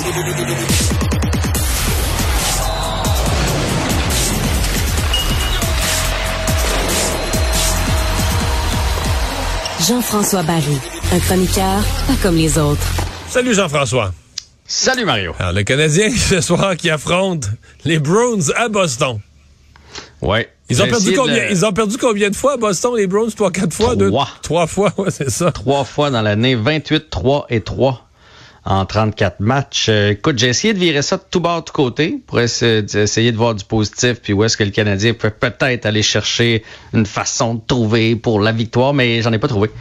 Jean-François Barry, un chroniqueur pas comme les autres. Salut Jean-François. Salut Mario. Alors, le Canadien ce soir qui affronte les Bruins à Boston. Ouais. Ils ont perdu combien de fois à Boston, les Bruins? 3-4 fois? 3 fois, ouais, c'est ça. 3 fois dans l'année, 28-3-3 en 34 matchs. Écoute, j'ai essayé de virer ça de tout bord, de tout côté, pour essayer de voir du positif, puis où est-ce que le Canadien peut peut-être aller chercher une façon de trouver pour la victoire, mais j'en ai pas trouvé.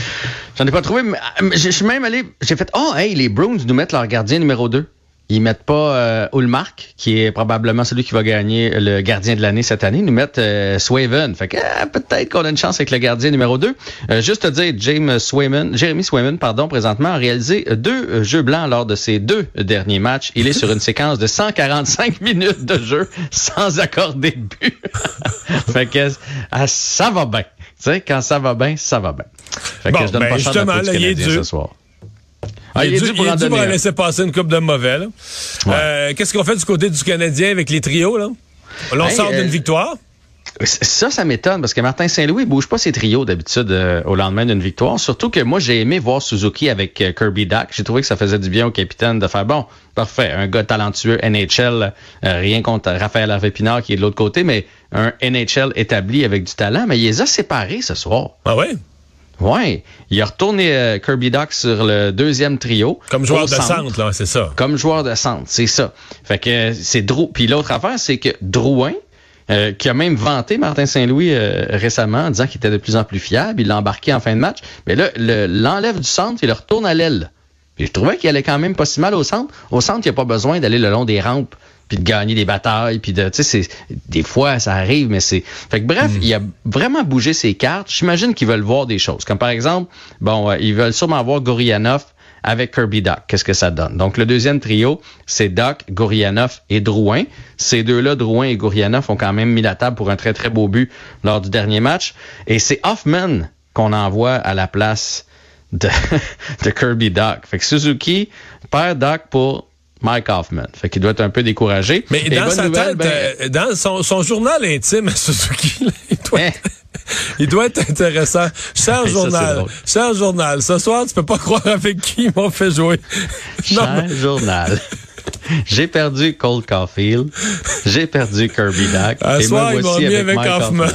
Mais je suis même allé, j'ai fait, les Bruins nous mettent leur gardien numéro 2. Ils mettent pas Ullmark, qui est probablement celui qui va gagner le gardien de l'année cette année. Ils nous mettent Swayman. Fait que peut-être qu'on a une chance avec le gardien numéro 2. Juste te dire, Jeremy Swayman, présentement, a réalisé 2 jeux blancs lors de ses 2 derniers matchs. Il est sur une séquence de 145 minutes de jeu sans accorder de but. Fait que ça va bien. Tu sais, quand ça va bien, ça va bien. Fait que je donne pas cher de la faute du Canadien ce soir. Il est dû pour laisser passer une coupe de mauvais. Là. Ouais. Qu'est-ce qu'on fait du côté du Canadien avec les trios? Là? On sort d'une victoire? Ça m'étonne parce que Martin Saint-Louis ne bouge pas ses trios d'habitude au lendemain d'une victoire. Surtout que moi, j'ai aimé voir Suzuki avec Kirby Dach. J'ai trouvé que ça faisait du bien au capitaine de faire, parfait, un gars talentueux NHL, rien contre Raphaël Harvey-Pinard qui est de l'autre côté, mais un NHL établi avec du talent. Mais il les a séparés ce soir. Ah ouais? Ouais, il a retourné Kirby Dach sur le deuxième trio. Comme joueur de centre, là, c'est ça. Comme joueur de centre, c'est ça. Fait que c'est Puis l'autre affaire, c'est que Drouin, qui a même vanté Martin Saint-Louis récemment en disant qu'il était de plus en plus fiable, il l'a embarqué en fin de match. Mais là, l'enlève du centre, il le retourne à l'aile. Puis je trouvais qu'il allait quand même pas si mal au centre. Au centre, il n'y a pas besoin d'aller le long des rampes puis de gagner des batailles, puis des fois, ça arrive, mais c'est... Fait que bref, il a vraiment bougé ses cartes. J'imagine qu'ils veulent voir des choses. Comme par exemple, ils veulent sûrement voir Gurianov avec Kirby Dach. Qu'est-ce que ça donne? Donc, le deuxième trio, c'est Dach, Gurianov et Drouin. Ces deux-là, Drouin et Gurianov, ont quand même mis la table pour un très, très beau but lors du dernier match. Et c'est Hoffman qu'on envoie à la place de Kirby Dach. Fait que Suzuki perd Dach pour Mike Hoffman. Fait qu'il doit être un peu découragé. Mais dans sa tête, dans son journal intime à Suzuki, là, il doit être intéressant. Cher journal, ce soir, tu peux pas croire avec qui ils m'ont fait jouer. Journal. J'ai perdu Cole Caulfield. J'ai perdu Kirby Dach. À et soir, moi ils m'ont mis avec Hoffman.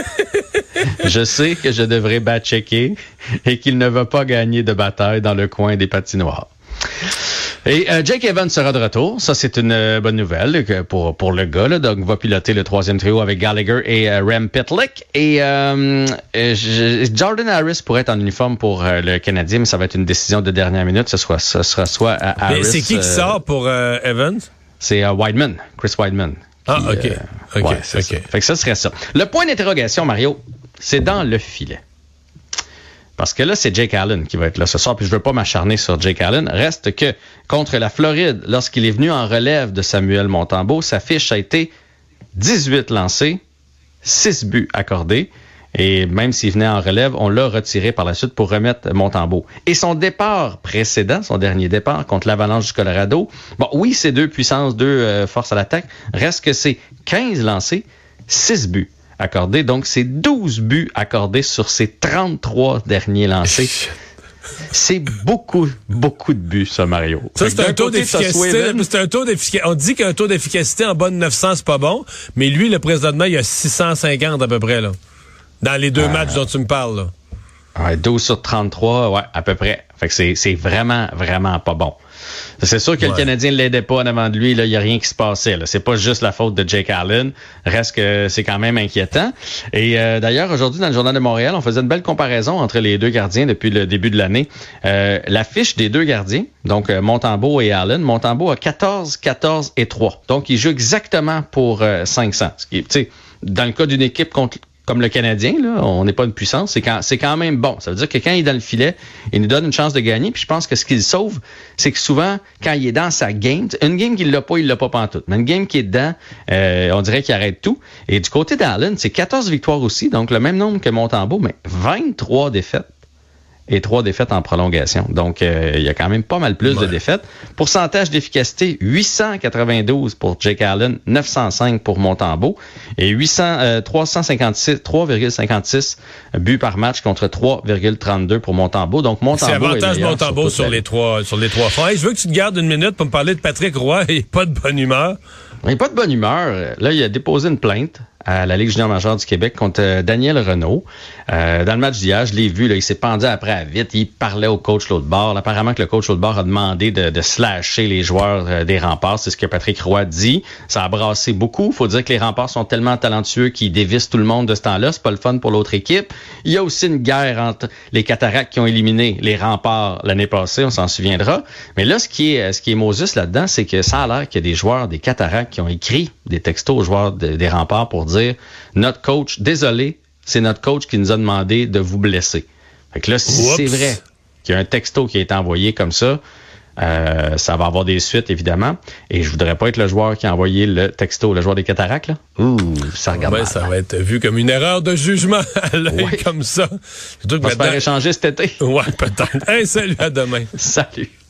Je sais que je devrais back-checker et qu'il ne va pas gagner de bataille dans le coin des patinoires. Et Jake Evans sera de retour. Ça, c'est une bonne nouvelle pour le gars. Là. Donc, va piloter le troisième trio avec Gallagher et Rem Pitlick. Et Jordan Harris pourrait être en uniforme pour le Canadien, mais ça va être une décision de dernière minute. Ce sera soit à Harris. Mais c'est qui sort pour Evans? C'est Wideman, Chris Wideman. OK. Ça. Fait que ça serait ça. Le point d'interrogation, Mario, c'est dans le filet. Parce que là, c'est Jake Allen qui va être là ce soir, puis je veux pas m'acharner sur Jake Allen. Reste que contre la Floride, lorsqu'il est venu en relève de Samuel Montembeault, sa fiche a été 18 lancés, 6 buts accordés. Et même s'il venait en relève, on l'a retiré par la suite pour remettre Montembeault. Et son départ précédent, son dernier départ contre l'Avalanche du Colorado, oui, c'est 2 puissances, 2 forces à l'attaque. Reste que c'est 15 lancés, 6 buts accordés. Donc, c'est 12 buts accordés sur ses 33 derniers lancés. C'est beaucoup de buts, ça, Mario. Ça, c'est un taux d'efficacité. On dit qu'un taux d'efficacité en bas de 900, c'est pas bon. Mais lui, le présentement, il y a 650 à peu près, là. Dans les 2 matchs dont tu me parles, là. Ouais, 12 sur 33, à peu près. Fait que c'est vraiment, vraiment pas bon. C'est sûr que le Canadien ne l'aidait pas en avant de lui. Il n'y a rien qui se passait. Là. C'est pas juste la faute de Jake Allen. Reste que c'est quand même inquiétant. Et d'ailleurs, aujourd'hui, dans le Journal de Montréal, on faisait une belle comparaison entre les 2 gardiens depuis le début de l'année. La fiche des 2 gardiens, donc Montembeault et Allen. Montembeault a 14, 14 et 3. Donc, il joue exactement pour 500. Ce qui, tu sais, dans le cas d'une équipe comme le Canadien, là, on n'est pas une puissance, c'est quand même bon. Ça veut dire que quand il est dans le filet, il nous donne une chance de gagner. Puis je pense que ce qu'il sauve, c'est que souvent, quand il est dans sa game, une game qu'il l'a pas pantoute. Mais une game qui est dedans, on dirait qu'il arrête tout. Et du côté d'Allen, c'est 14 victoires aussi, donc le même nombre que Montembeault, mais 23 défaites. et 3 défaites en prolongation. Donc, il y a quand même pas mal plus de défaites. Pourcentage d'efficacité, 892 pour Jake Allen, 905 pour Montembeault et 3,56 buts par match contre 3,32 pour Montembeault. Donc, Montembeault c'est avantage Montembeault sur les trois fronts. Hey, je veux que tu te gardes une minute pour me parler de Patrick Roy. Il n'est pas de bonne humeur. Il n'est pas de bonne humeur. Là, il a déposé une plainte à la Ligue junior majeure du Québec contre Daniel Renaud. Dans le match d'hier, je l'ai vu, là, il s'est pendu après à vite. Il parlait au coach l'autre bord. Là, apparemment que le coach l'autre bord a demandé de slasher les joueurs des Remparts. C'est ce que Patrick Roy dit. Ça a brassé beaucoup. Faut dire que les Remparts sont tellement talentueux qu'ils dévissent tout le monde de ce temps-là. C'est pas le fun pour l'autre équipe. Il y a aussi une guerre entre les Cataractes qui ont éliminé les Remparts l'année passée. On s'en souviendra. Mais là, ce qui est Moses là-dedans, c'est que ça a l'air qu'il y a des joueurs des Cataractes qui ont écrit des textos aux joueurs des Remparts pour dire notre coach, désolé, c'est notre coach qui nous a demandé de vous blesser. Fait que là, si c'est vrai qu'il y a un texto qui a été envoyé comme ça, ça va avoir des suites, évidemment. Et je voudrais pas être le joueur qui a envoyé le texto, le joueur des Cataractes, là. Ça regarde mal. Ça va être vu comme une erreur de jugement à l'œil comme ça. On va se faire échanger cet été. Ouais, peut-être. Hey, salut, à demain. Salut.